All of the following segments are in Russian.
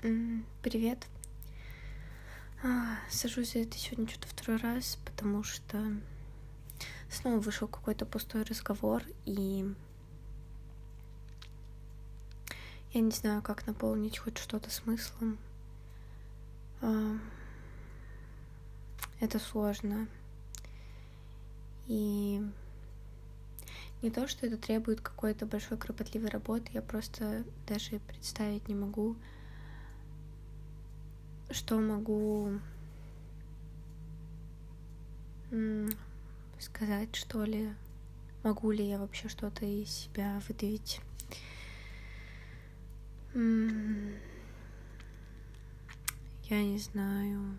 Привет. Сажусь за это сегодня что-то второй раз, потому что снова вышел какой-то пустой разговор, и я не знаю, как наполнить хоть что-то смыслом. Это сложно. И не то, что это требует какой-то большой кропотливой работы, я просто даже представить не могу, что могу сказать, что ли. Могу ли я вообще что-то из себя выдавить? Я не знаю.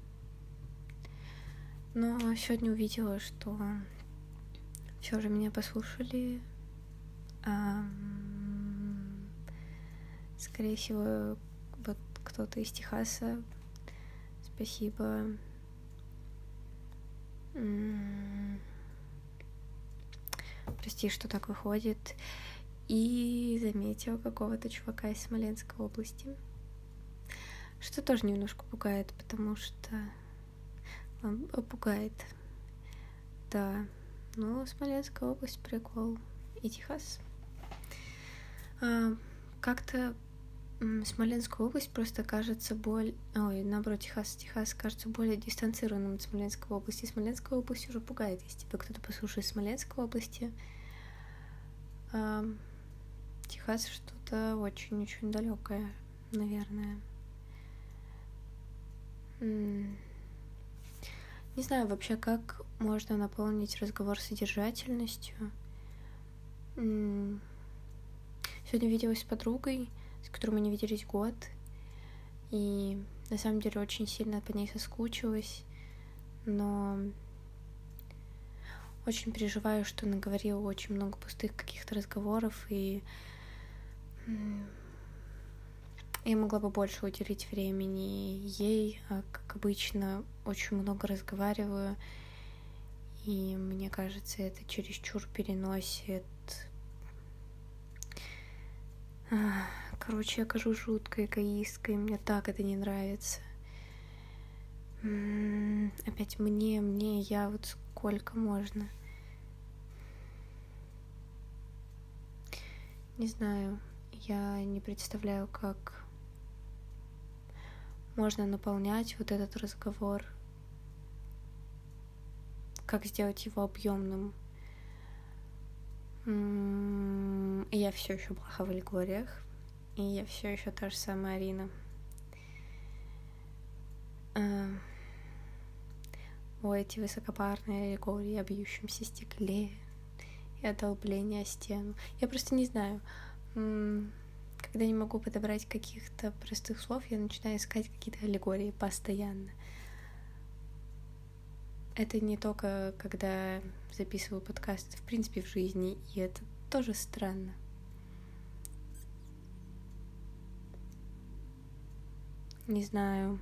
Но сегодня увидела, что все же меня послушали. Скорее всего, вот кто-то из Техаса. Спасибо. Прости, что так выходит. И заметила какого-то чувака из Смоленской области. Что тоже немножко пугает, потому что он пугает. Да, ну, Смоленская область прикол. И Техас. Как-то Смоленская область просто кажется наоборот, Техас кажется более дистанцированным от Смоленской области. Смоленская область уже пугает, если тебя кто-то послушает Смоленской области. Техас что-то очень-очень далекое, наверное. Не знаю вообще, как можно наполнить разговор содержательностью. Сегодня виделась с подругой, с которой мы не виделись год, и на самом деле очень сильно по ней соскучилась, но очень переживаю, что наговорила очень много пустых каких-то разговоров, и я могла бы больше уделить времени ей, а как обычно очень много разговариваю, и мне кажется, это чересчур переносит. Короче, я кажусь жуткой эгоисткой, мне так это не нравится. Опять мне, я вот сколько можно. Не знаю, я не представляю, как можно наполнять вот этот разговор, как сделать его объемным. Я все еще плоха в аллегориях, и я все еще та же самая Арина. Эти высокопарные аллегории о бьющемся стекле и о долблении о стену. Я просто не знаю. Когда не могу подобрать каких-то простых слов, я начинаю искать какие-то аллегории постоянно. Это не только когда записываю подкасты, в принципе, в жизни, и это тоже странно. Не знаю.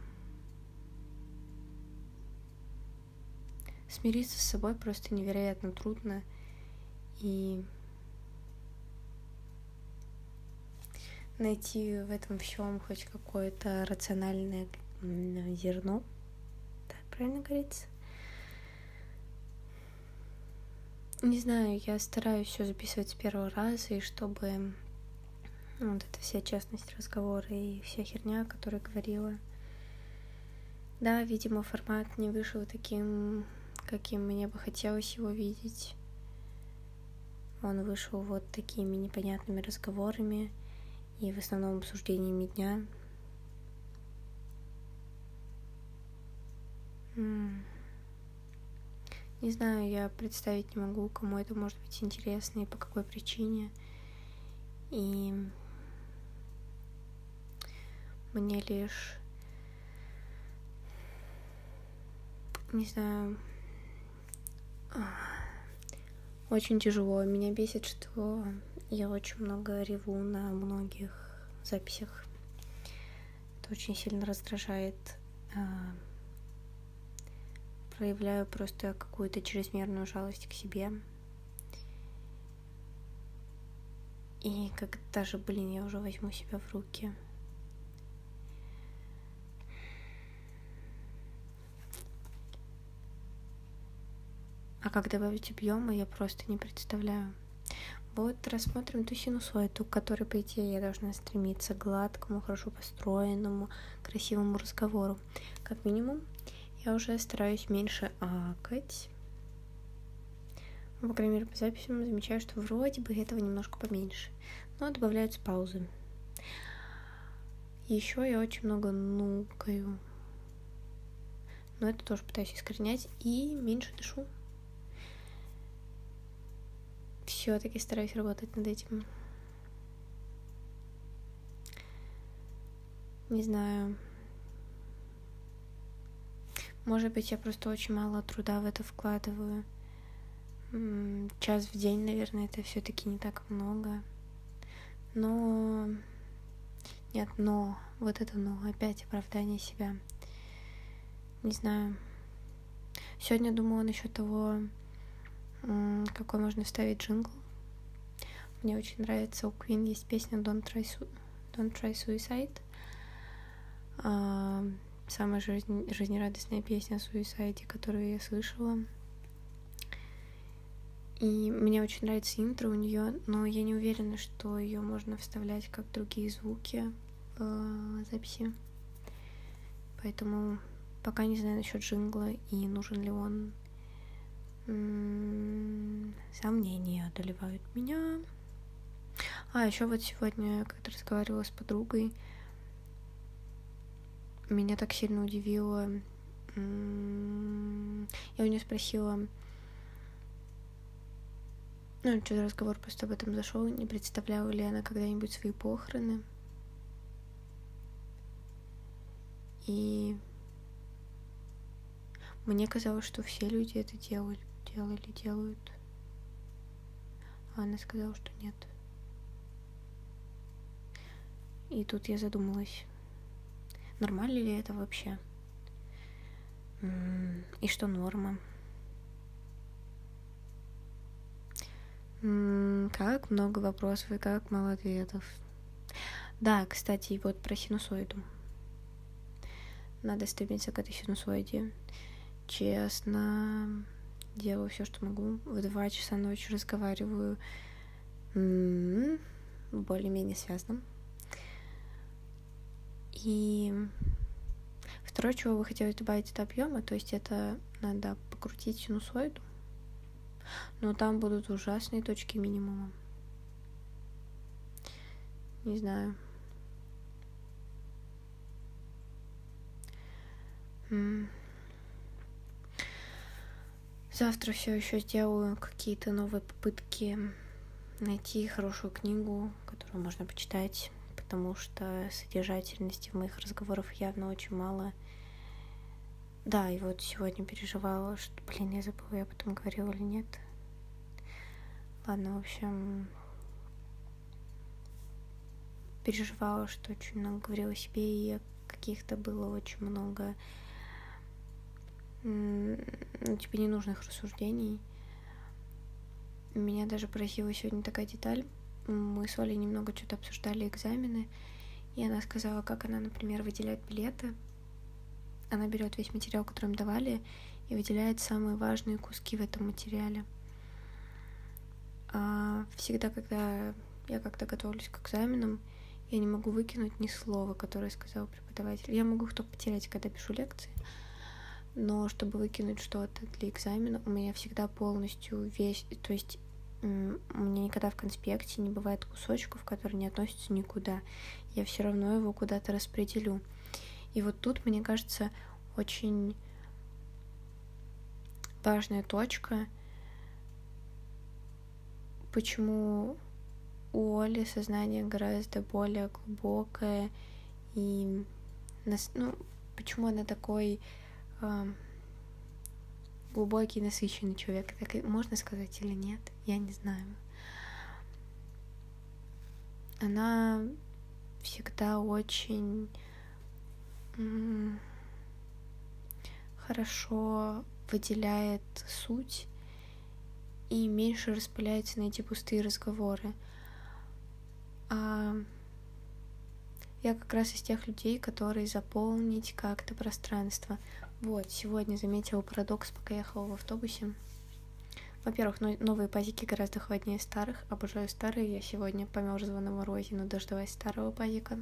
Смириться с собой просто невероятно трудно, и найти в этом всем хоть какое-то рациональное зерно. Так правильно говорится? Не знаю, я стараюсь все записывать с первого раза, и чтобы вот эта вся честность разговора и вся херня, о которой говорила. Да, видимо, формат не вышел таким, каким мне бы хотелось его видеть. Он вышел вот такими непонятными разговорами и в основном обсуждениями дня. Не знаю, я представить не могу, кому это может быть интересно и по какой причине. И мне лишь, не знаю, очень тяжело. Меня бесит, что я очень много реву на многих записях. Это очень сильно раздражает. Проявляю просто какую-то чрезмерную жалость к себе. И как даже, я уже возьму себя в руки. как добавить объема, я просто не представляю. Вот рассмотрим ту синусоиду, к которой, по идее, я должна стремиться к гладкому, хорошо построенному, красивому разговору. Как минимум, я уже стараюсь меньше акать. По крайней мере, по записям замечаю, что вроде бы этого немножко поменьше. Но добавляются паузы. Еще я очень много нукаю. Но это тоже пытаюсь искоренять и меньше дышу. Все-таки стараюсь работать над этим. Не знаю. Может быть, я просто очень мало труда в это вкладываю. Час в день, наверное, это все-таки не так много. Но... Нет, но... Вот это но. Опять оправдание себя. Не знаю. Сегодня думала насчет того, какой можно вставить джингл. Мне очень нравится, у Queen есть песня Don't Try Suicide. Самая жизнерадостная песня о суисайде, которую я слышала. И мне очень нравится интро у нее, но я не уверена, что ее можно вставлять как другие звуки в записи. Поэтому пока не знаю насчет джингла и нужен ли он. Сомнения одолевают меня. Еще вот сегодня, когда разговаривала с подругой, меня так сильно удивило. Я у нее спросила, что-то разговор просто об этом зашел, не представляла ли она когда-нибудь свои похороны. И мне казалось, что все люди это делают. А она сказала, что нет. И тут я задумалась, нормально ли это вообще? И что норма? Как много вопросов и как мало ответов. Да, кстати, вот про синусоиду. Надо стремиться к этой синусоиде. Честно, делаю все, что могу. В 2 часа ночи разговариваю более-менее связно. И второе, чего бы хотелось добавить, это объемы. То есть это надо покрутить синусоиду. Но там будут ужасные точки минимума. Не знаю. Завтра все еще сделаю какие-то новые попытки найти хорошую книгу, которую можно почитать, потому что содержательности в моих разговорах явно очень мало. Да, и вот сегодня переживала, что, я забыла, я потом говорила или нет. Ладно, в общем, переживала, что очень много говорила о себе, и каких-то было очень много ненужных рассуждений. Меня даже поразила сегодня такая деталь. Мы с Олей немного что-то обсуждали экзамены, и она сказала, как она, например, выделяет билеты. Она берет весь материал, который им давали, и выделяет самые важные куски в этом материале. Всегда, когда я как-то готовлюсь к экзаменам, я не могу выкинуть ни слова, которое сказал преподаватель. Я могу их только потерять, когда пишу лекции. Но чтобы выкинуть что-то для экзамена, у меня всегда полностью весь... То есть у меня никогда в конспекте не бывает кусочков, которые не относятся никуда. Я все равно его куда-то распределю. И вот тут, мне кажется, очень важная точка, почему у Оли сознание гораздо более глубокое, и почему она такой глубокий, насыщенный человек. Так можно сказать или нет? Я не знаю. Она всегда очень хорошо выделяет суть и меньше распыляется на эти пустые разговоры. Я как раз из тех людей, которые заполнить как-то пространство. Вот, сегодня заметила парадокс, пока ехала в автобусе. Во-первых, новые пазики гораздо холоднее старых. Обожаю старые. Я сегодня померзла на морозе, но дождалась старого пазика.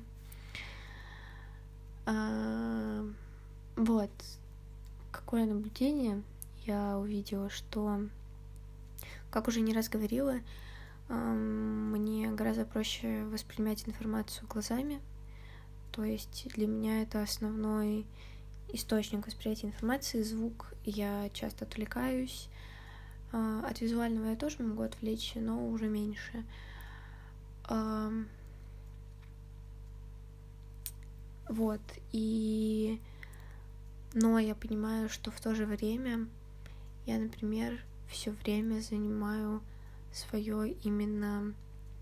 Вот. Какое наблюдение? Я увидела, что, как уже не раз говорила, мне гораздо проще воспринимать информацию глазами. То есть для меня это основной источник восприятия информации, звук. Я часто отвлекаюсь. От визуального я тоже могу отвлечься, но уже меньше. Вот. Но я понимаю, что в то же время я, например, все время занимаю свое именно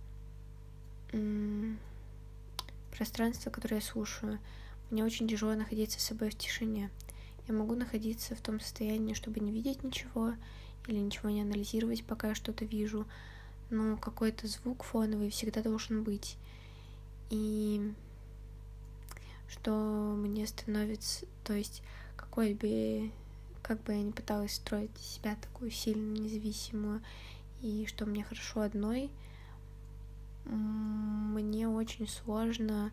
пространство, которое я слушаю. Мне очень тяжело находиться с собой в тишине. Я могу находиться в том состоянии, чтобы не видеть ничего или ничего не анализировать, пока я что-то вижу, но какой-то звук фоновый всегда должен быть. И что мне становится, то есть как бы я ни пыталась строить себя такую сильную, независимую, и что мне хорошо одной, мне очень сложно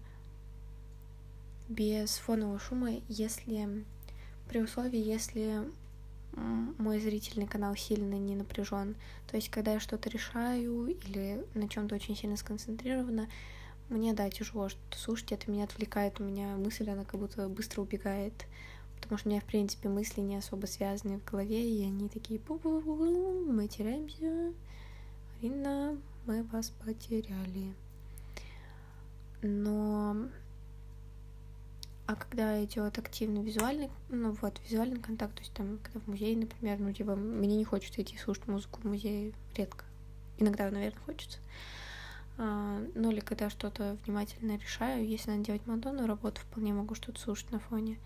без фонового шума, при условии, если мой зрительный канал сильно не напряжен. То есть, когда я что-то решаю или на чем-то очень сильно сконцентрирована, мне, тяжело что-то слушать, это меня отвлекает, у меня мысль, она как будто быстро убегает, потому что у меня, в принципе, мысли не особо связаны в голове, и они такие: мы теряемся, Арина, мы вас потеряли. А когда идет активный визуальный контакт, то есть там, когда в музее, например, мне не хочется идти слушать музыку в музее, редко. Иногда, наверное, хочется. Или когда что-то внимательно решаю, если надо делать монотонную работу, вполне могу что-то слушать на фоне.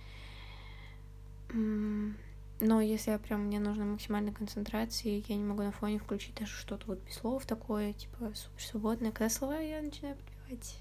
Но если мне нужна максимальная концентрация, я не могу на фоне включить даже что-то вот без слов такое, типа супер свободное. Когда слова, я начинаю подпевать.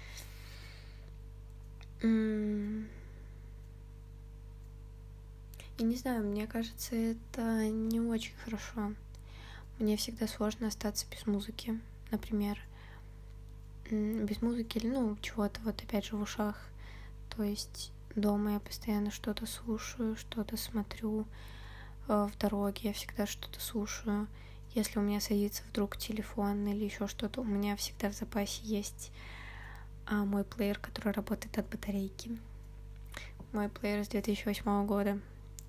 И не знаю, мне кажется, это не очень хорошо. Мне всегда сложно остаться без музыки, например. Без музыки или, чего-то вот опять же в ушах. То есть дома я постоянно что-то слушаю, что-то смотрю. В дороге я всегда что-то слушаю. Если у меня садится вдруг телефон или еще что-то, у меня всегда в запасе есть мой плеер, который работает от батарейки. Мой плеер с 2008 года.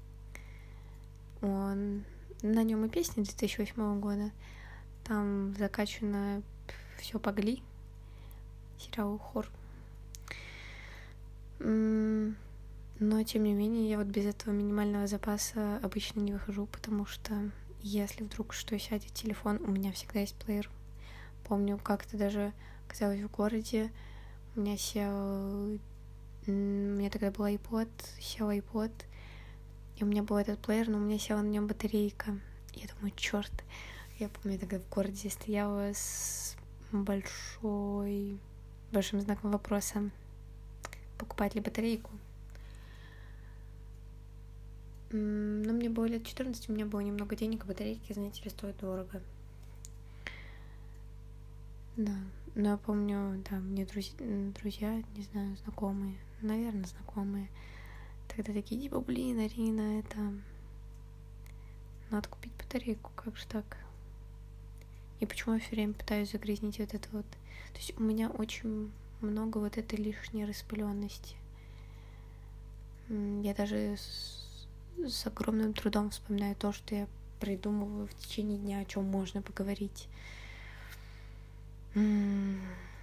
На нем и песни 2008 года. Там закачано все по Гли. Сериал «Хор». Но, тем не менее, я вот без этого минимального запаса обычно не выхожу, потому что если вдруг что сядет телефон, у меня всегда есть плеер. Помню, как-то даже оказалось в городе, у меня тогда был сел iPod, и у меня был этот плеер, но у меня села на нем батарейка. Я думаю, черт. Я помню, я тогда в городе стояла с большим знаком вопроса: покупать ли батарейку. Но мне было лет 14, у меня было немного денег, а батарейки, знаете ли, стоят дорого. Да, но я помню, мне друзья, не знаю, знакомые, наверное, знакомые, тогда такие, типа: блин, Арина, надо купить батарейку, как же так? И почему я все время пытаюсь загрязнить вот это вот? То есть у меня очень много вот этой лишней распыленности. Я даже с огромным трудом вспоминаю то, что я придумываю в течение дня, о чем можно поговорить. В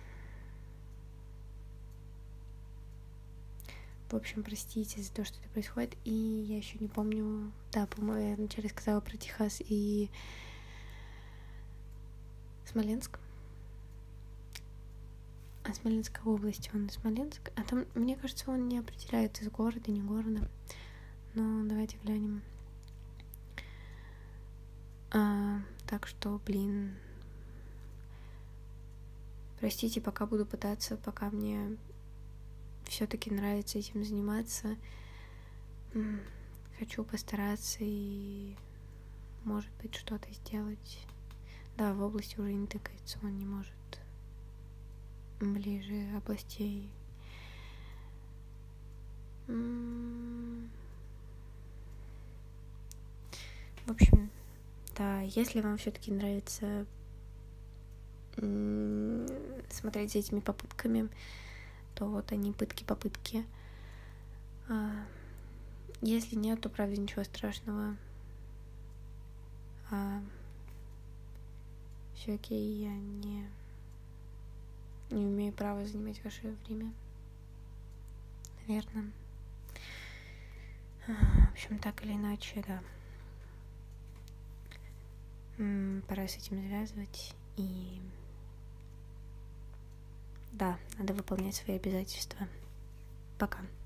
общем, простите за то, что это происходит. И я еще не помню... по-моему, я вначале сказала про Техас и Смоленск. Смоленская область, он Смоленск. А там, мне кажется, он не определяет из города, не города. Но давайте глянем. Так что, простите, пока буду пытаться, пока мне все-таки нравится этим заниматься. Хочу постараться и может быть, что-то сделать. Да, в области уже не тыкается, он не может ближе областей. В общем, да, если вам все-таки нравится смотреть за этими попытками, то вот они, пытки-попытки. Если нет, то, правда, ничего страшного. Все окей, я не имею права занимать ваше время. Наверное. В общем, так или иначе, да. Пора с этим завязывать. И да, надо выполнять свои обязательства. Пока.